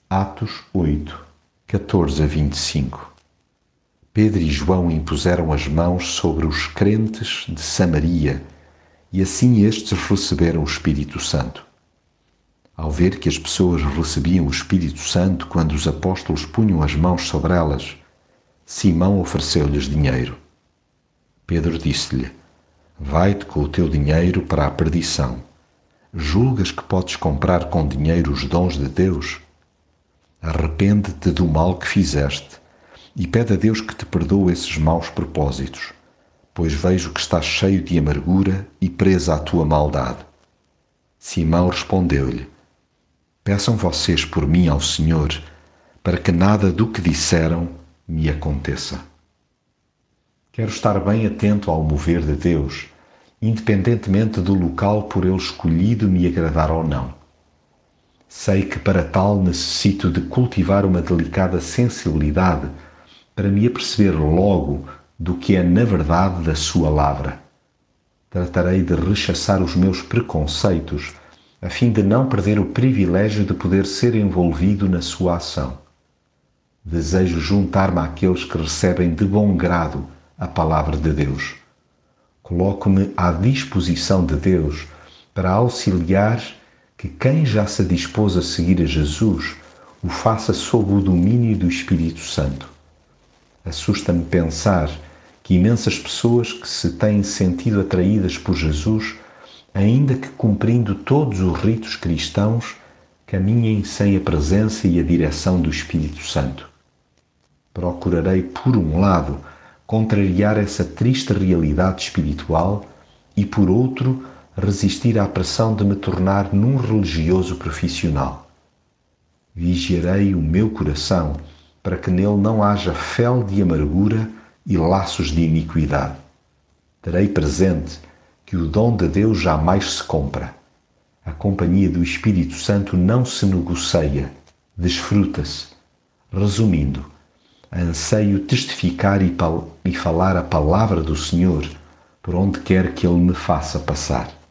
Atos 8, 14 a 25. Pedro e João impuseram as mãos sobre os crentes de Samaria e assim estes receberam o Espírito Santo. Ao ver que as pessoas recebiam o Espírito Santo quando os apóstolos punham as mãos sobre elas, Simão ofereceu-lhes dinheiro. Pedro disse-lhe: Vai-te com o teu dinheiro para a perdição. Julgas que podes comprar com dinheiro os dons de Deus? Arrepende-te do mal que fizeste e pede a Deus que te perdoe esses maus propósitos, pois vejo que estás cheio de amargura e presa à tua maldade. Simão respondeu-lhe: Peçam vocês por mim ao Senhor, para que nada do que disseram me aconteça. Quero estar bem atento ao mover de Deus, independentemente do local por Ele escolhido me agradar ou não. Sei que para tal necessito de cultivar uma delicada sensibilidade para me aperceber logo do que é na verdade da sua lavra. Tratarei de rechaçar os meus preconceitos a fim de não perder o privilégio de poder ser envolvido na sua ação. Desejo juntar-me àqueles que recebem de bom grado a palavra de Deus. Coloco-me à disposição de Deus para auxiliar que quem já se dispôs a seguir a Jesus o faça sob o domínio do Espírito Santo. Assusta-me pensar que imensas pessoas que se têm sentido atraídas por Jesus, ainda que cumprindo todos os ritos cristãos, caminhem sem a presença e a direção do Espírito Santo. Procurarei, por um lado, contrariar essa triste realidade espiritual e, por outro, resistir à pressão de me tornar num religioso profissional. Vigiarei o meu coração para que nele não haja fel de amargura e laços de iniquidade. Terei presente que o dom de Deus jamais se compra. A companhia do Espírito Santo não se negocia, desfruta-se. Resumindo, anseio testificar e falar a palavra do Senhor por onde quer que Ele me faça passar.